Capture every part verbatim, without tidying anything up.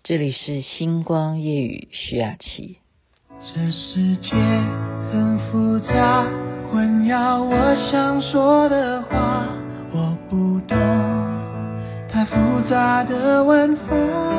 这里是星光夜语徐雅琪。 这世界很复杂，混淆我想说的话，我不懂太复杂的文法，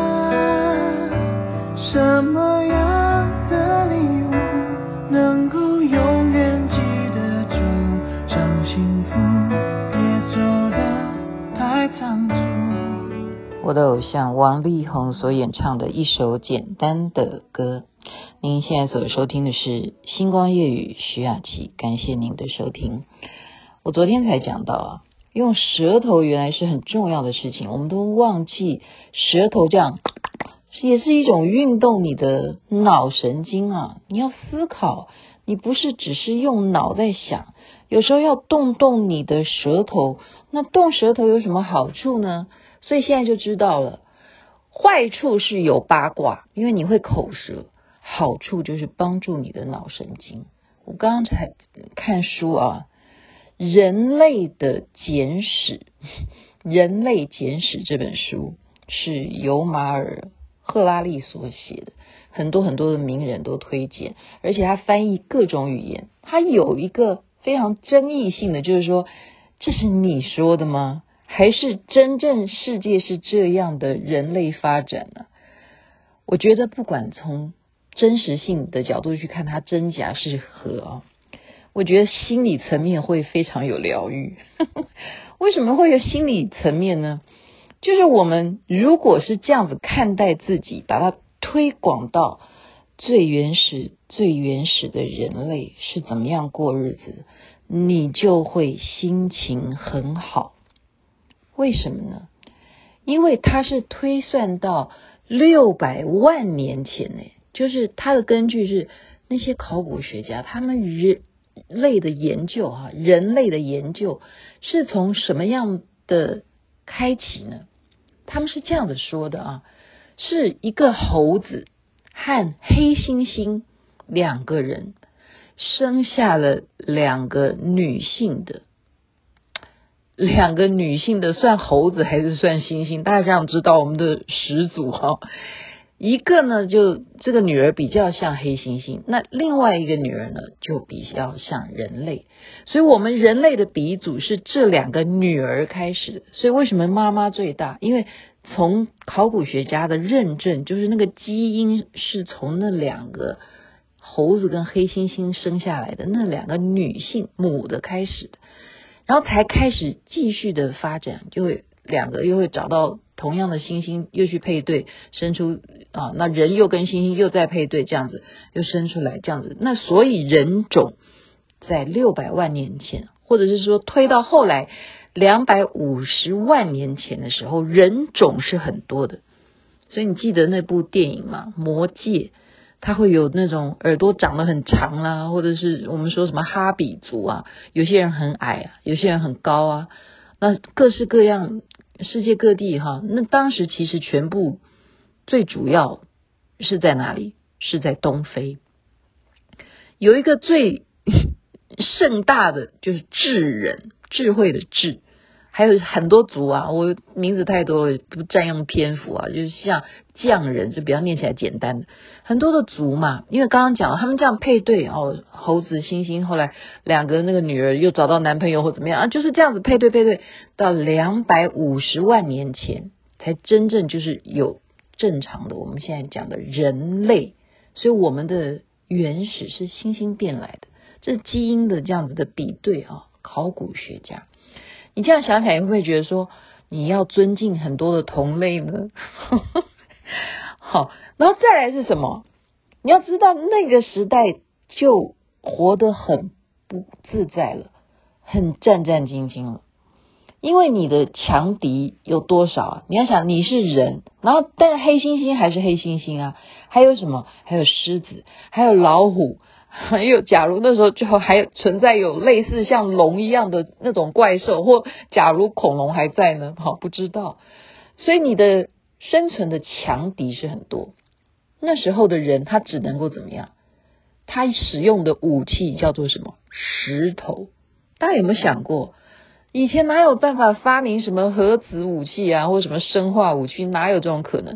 什么样的礼物能够永远记得住，让幸福别走得太仓促。 我的偶像王力宏所演唱的一首简单的歌。您现在所收听的是星光夜语徐雅琪，感谢您的收听。我昨天才讲到啊，用舌头原来是很重要的事情，我们都忘记舌头这样也是一种运动你的脑神经啊，你要思考，你不是只是用脑在想，有时候要动动你的舌头。那动舌头有什么好处呢？所以现在就知道了，坏处是有八卦，因为你会口舌，好处就是帮助你的脑神经。我刚刚才看书啊，人类的简史人类简史这本书是由马尔赫拉利所写的，很多很多的名人都推荐，而且他翻译各种语言。他有一个非常争议性的，就是说这是你说的吗？还是真正世界是这样的人类发展呢？我觉得不管从真实性的角度去看它真假是何啊，我觉得心理层面会非常有疗愈为什么会有心理层面呢？就是我们如果是这样子看待自己，把它推广到最原始最原始的人类是怎么样过日子，你就会心情很好。为什么呢？因为它是推算到六百万年前呢，就是它的根据是那些考古学家他们人类的研究哈，人类的研究是从什么样的开启呢？他们是这样子说的啊，是一个猴子和黑猩猩两个人生下了两个女性的。两个女性的算猴子还是算猩猩？大家这样知道我们的始祖哈。一个呢，就这个女儿比较像黑猩猩，那另外一个女儿呢，就比较像人类。所以我们人类的鼻祖是这两个女儿开始的。所以为什么妈妈最大？因为从考古学家的认证，就是那个基因是从那两个猴子跟黑猩猩生下来的那两个女性母的开始的。然后才开始继续的发展，就会两个又会找到同样的猩猩，又去配对生出啊，那人又跟猩猩又再配对，这样子又生出来这样子。那所以人种在六百万年前，或者是说推到后来两百五十万年前的时候，人种是很多的。所以你记得那部电影吗？魔戒，它会有那种耳朵长得很长啦，或者是我们说什么哈比族啊，有些人很矮啊，有些人很高啊，那各式各样，世界各地哈。那当时其实全部最主要是在哪里？是在东非。有一个最盛大的就是智人，智慧的智，还有很多族啊，我名字太多了，不占用篇幅啊，就是像匠人，就比较念起来简单的，很多的族嘛。因为刚刚讲他们这样配对哦，猴子猩猩，后来两个那个女儿又找到男朋友或怎么样啊，就是这样子配对配对，到两百五十万年前才真正就是有正常的我们现在讲的人类。所以我们的原始是猩猩变来的，这基因的这样子的比对啊，考古学家。你这样想起来，会不会觉得说你要尊敬很多的同类呢？好，然后再来是什么？你要知道那个时代就活得很不自在了，很战战兢兢了。因为你的强敌有多少啊？你要想你是人，然后但是黑猩猩还是黑猩猩啊，还有什么？还有狮子，还有老虎。还有假如那时候就还存在有类似像龙一样的那种怪兽，或假如恐龙还在呢，好，不知道。所以你的生存的强敌是很多。那时候的人他只能够怎么样？他使用的武器叫做什么？石头。大家有没有想过，以前哪有办法发明什么核子武器啊，或什么生化武器，哪有这种可能？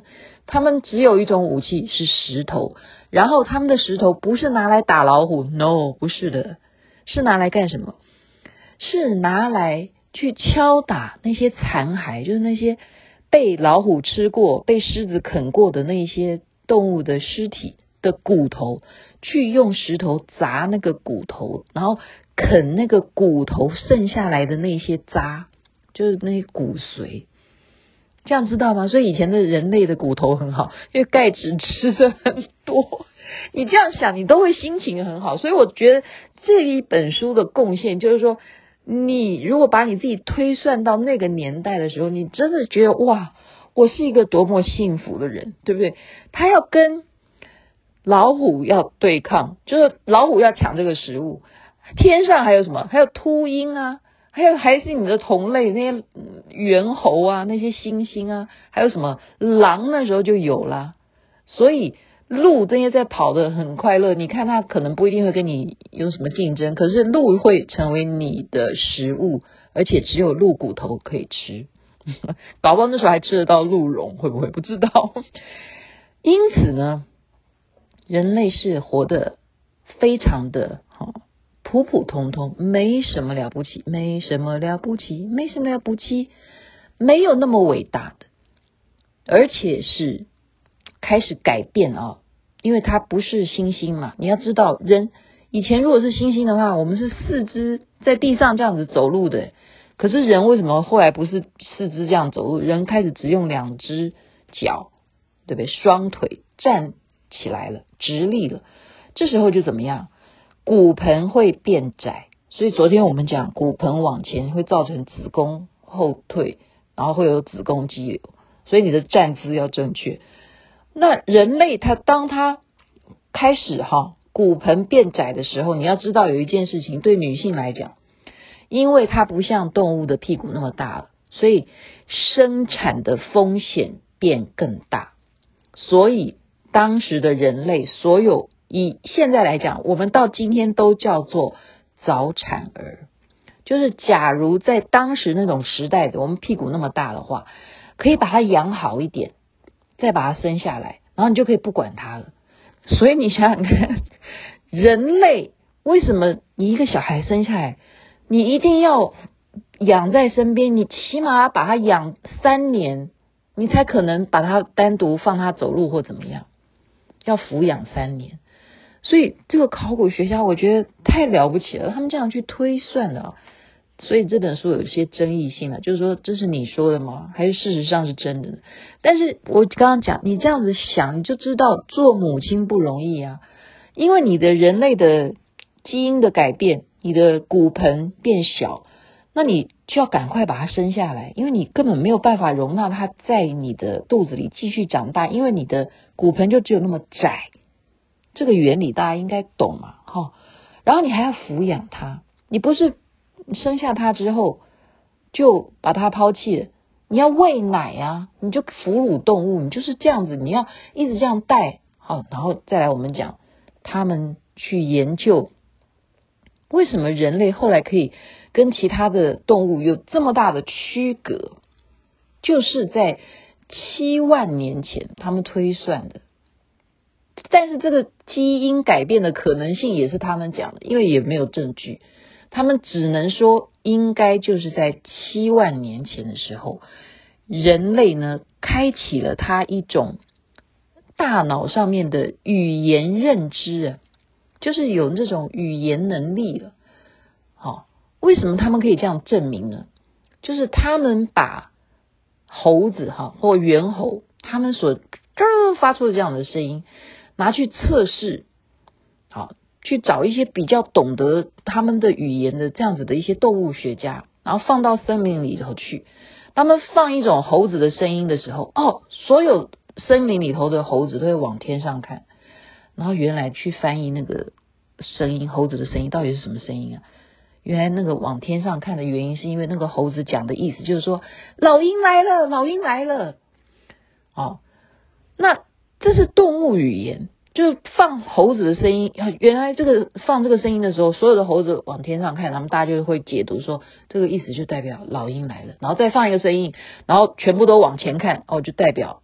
他们只有一种武器是石头，然后他们的石头不是拿来打老虎 ，no， 不是的，是拿来干什么？是拿来去敲打那些残骸，就是那些被老虎吃过、被狮子啃过的那些动物的尸体的骨头，去用石头砸那个骨头，然后啃那个骨头剩下来的那些渣，就是那些骨髓。这样知道吗？所以以前的人类的骨头很好，因为钙质吃的很多。你这样想，你都会心情很好。所以我觉得这一本书的贡献就是说，你如果把你自己推算到那个年代的时候，你真的觉得哇，我是一个多么幸福的人，对不对？他要跟老虎要对抗，就是老虎要抢这个食物，天上还有什么？还有秃鹰啊，还有还是你的同类那些猿猴啊，那些猩猩啊，还有什么狼，那时候就有啦。所以鹿这些在跑得很快乐，你看它可能不一定会跟你有什么竞争，可是鹿会成为你的食物，而且只有鹿骨头可以吃。搞不好那时候还吃得到鹿茸，会不会不知道。因此呢，人类是活得非常的普普通通，没什么了不起，没什么了不起，没什么了不起，没有那么伟大的，而且是开始改变啊，因为它不是猩猩嘛。你要知道，人以前如果是猩猩的话，我们是四肢在地上这样子走路的，可是人为什么后来不是四肢这样走路？人开始只用两只脚，对不对？双腿站起来了，直立了，这时候就怎么样？骨盆会变窄，所以昨天我们讲骨盆往前会造成子宫后退，然后会有子宫肌瘤，所以你的站姿要正确。那人类他当他开始哈骨盆变窄的时候，你要知道有一件事情，对女性来讲，因为它不像动物的屁股那么大了，所以生产的风险变更大。所以当时的人类所有以现在来讲，我们到今天都叫做早产儿。就是假如在当时那种时代的我们屁股那么大的话，可以把它养好一点，再把它生下来，然后你就可以不管它了。所以你想想看，人类为什么你一个小孩生下来，你一定要养在身边，你起码把它养三年，你才可能把它单独放它走路或怎么样，要抚养三年。所以这个考古学家我觉得太了不起了，他们这样去推算的、啊、所以这本书有一些争议性了，就是说这是你说的吗？还是事实上是真的？但是我刚刚讲，你这样子想，你就知道做母亲不容易啊，因为你的人类的基因的改变，你的骨盆变小，那你就要赶快把它生下来，因为你根本没有办法容纳它在你的肚子里继续长大，因为你的骨盆就只有那么窄。这个原理大家应该懂嘛，齁。然后你还要抚养它，你不是生下它之后就把它抛弃了，你要喂奶啊，你就哺乳动物，你就是这样子，你要一直这样带。好，然后再来我们讲他们去研究为什么人类后来可以跟其他的动物有这么大的区隔，就是在七万年前他们推算的。但是这个基因改变的可能性也是他们讲的，因为也没有证据，他们只能说应该就是在七万年前的时候，人类呢开启了他一种大脑上面的语言认知啊，就是有这种语言能力了。好，为什么他们可以这样证明呢？就是他们把猴子哈或猿猴他们所发出的这样的声音拿去测试，好，去找一些比较懂得他们的语言的这样子的一些动物学家，然后放到森林里头去，他们放一种猴子的声音的时候，哦，所有森林里头的猴子都会往天上看，然后原来去翻译那个声音，猴子的声音到底是什么声音啊？原来那个往天上看的原因是因为那个猴子讲的意思就是说老鹰来了，老鹰来了。哦，那这是动物语言，就是放猴子的声音，原来这个放这个声音的时候，所有的猴子往天上看，他们大家就会解读说这个意思就代表老鹰来了，然后再放一个声音，然后全部都往前看，哦，就代表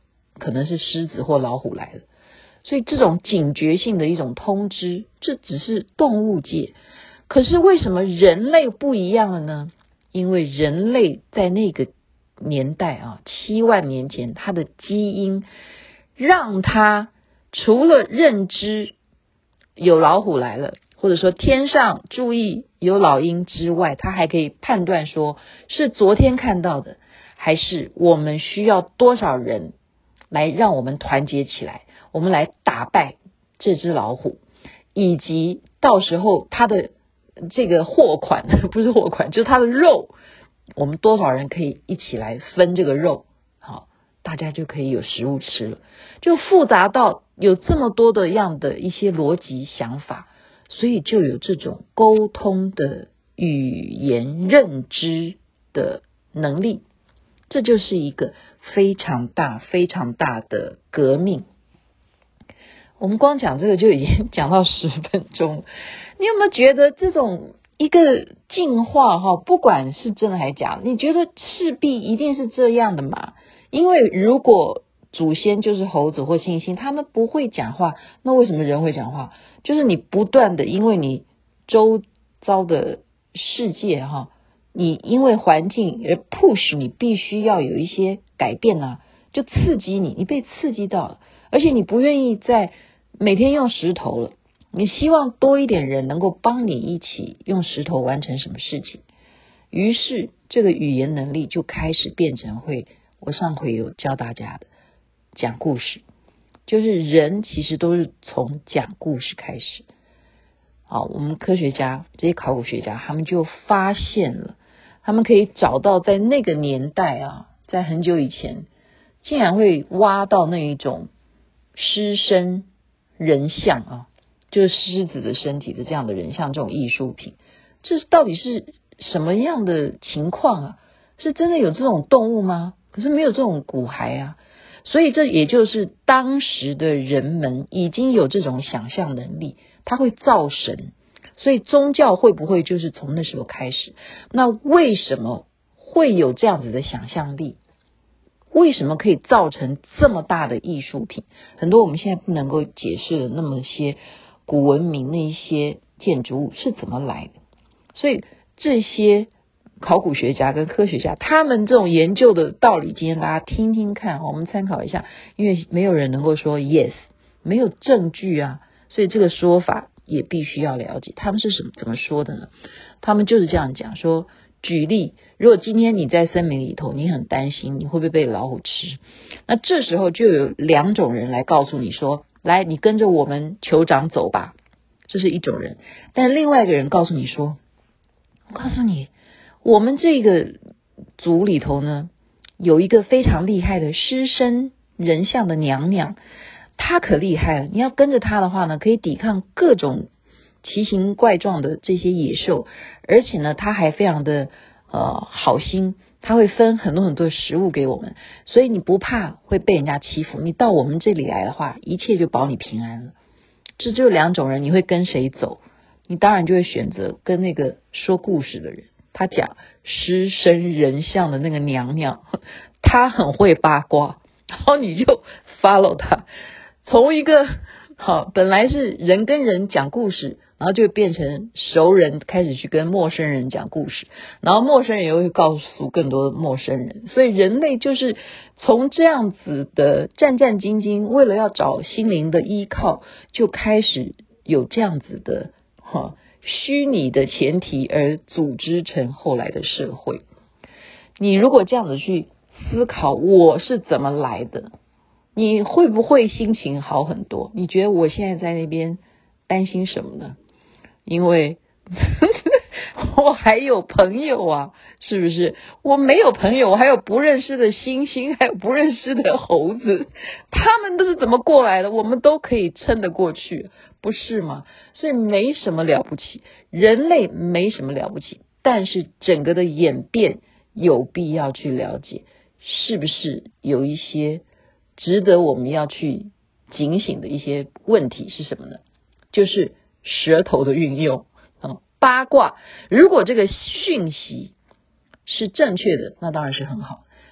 可能是狮子或老虎来了。所以这种警觉性的一种通知，这只是动物界。可是为什么人类不一样了呢？因为人类在那个年代啊，七万年前，它的基因让它除了认知有老虎来了，或者说天上注意有老鹰之外，它还可以判断说是昨天看到的，还是我们需要多少人来让我们团结起来，我们来打败这只老虎，以及到时候它的这个货款不是货款，就是它的肉，我们多少人可以一起来分这个肉，好，大家就可以有食物吃了。就复杂到有这么多的样的一些逻辑想法，所以就有这种沟通的语言认知的能力，这就是一个非常大非常大的革命。我们光讲这个就已经讲到十分钟，你有没有觉得这种一个进化哈，不管是真的还是假的，你觉得势必一定是这样的嘛？因为如果祖先就是猴子或猩猩，他们不会讲话，那为什么人会讲话？就是你不断的因为你周遭的世界哈，你因为环境而 push 你必须要有一些改变啊，就刺激你，你被刺激到了，而且你不愿意再每天用石头了，你希望多一点人能够帮你一起用石头完成什么事情，于是这个语言能力就开始变成会，我上回有教大家的讲故事，就是人其实都是从讲故事开始。好，我们科学家这些考古学家他们就发现了，他们可以找到在那个年代啊，在很久以前竟然会挖到那一种狮身人像啊，就是狮子的身体的这样的人像，这种艺术品，这到底是什么样的情况啊？是真的有这种动物吗？可是没有这种骨骸啊，所以这也就是当时的人们已经有这种想象能力，他会造神，所以宗教会不会就是从那时候开始？那为什么会有这样子的想象力？为什么可以造成这么大的艺术品？很多我们现在不能够解释的那么些古文明那一些建筑物是怎么来的，所以这些考古学家跟科学家他们这种研究的道理，今天大家听听看，我们参考一下，因为没有人能够说 yes， 没有证据啊，所以这个说法也必须要了解他们是什么怎么说的呢？他们就是这样讲说，举例，如果今天你在森林里头，你很担心你会不会被老虎吃，那这时候就有两种人来告诉你说，来，你跟着我们酋长走吧，这是一种人。但另外一个人告诉你说，我告诉你，我们这个族里头呢，有一个非常厉害的狮身人像的娘娘，她可厉害了，你要跟着她的话呢，可以抵抗各种奇形怪状的这些野兽，而且呢，她还非常的呃好心，她会分很多很多的食物给我们，所以你不怕会被人家欺负，你到我们这里来的话，一切就保你平安了。这就两种人，你会跟谁走？你当然就会选择跟那个说故事的人，他讲狮身人像的那个娘娘，他很会八卦，然后你就 follow 他，从一个好本来是人跟人讲故事，然后就变成熟人开始去跟陌生人讲故事，然后陌生人也会告诉更多的陌生人，所以人类就是从这样子的战战兢兢，为了要找心灵的依靠，就开始有这样子的哈虚拟的前提而组织成后来的社会。你如果这样子去思考我是怎么来的，你会不会心情好很多？你觉得我现在在那边担心什么呢？因为我还有朋友啊，是不是？我没有朋友，我还有不认识的猩猩，还有不认识的猴子，他们都是怎么过来的？我们都可以撑得过去，不是吗？所以没什么了不起，人类没什么了不起，但是整个的演变有必要去了解，是不是有一些值得我们要去警醒的一些问题是什么呢？就是舌头的运用、嗯、八卦，如果这个讯息是正确的，那当然是很好，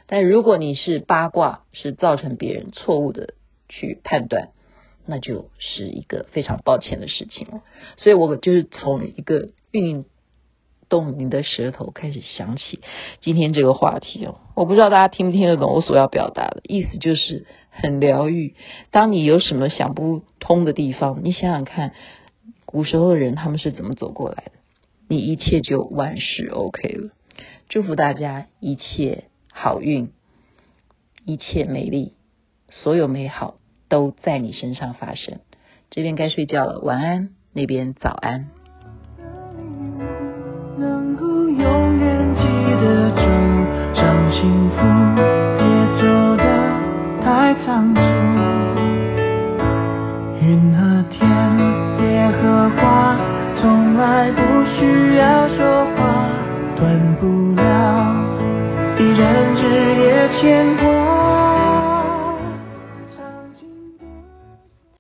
但如果你是八卦，是造成别人错误的去判断，那就是一个非常抱歉的事情了。所以我就是从一个运动你的舌头开始想起今天这个话题哦，我不知道大家听不听得懂我所要表达的意思，就是很疗愈。当你有什么想不通的地方，你想想看古时候的人他们是怎么走过来的，你一切就万事 OK 了。祝福大家一切好运，一切美丽，所有美好都在你身上发生。这边该睡觉了，晚安，那边早安。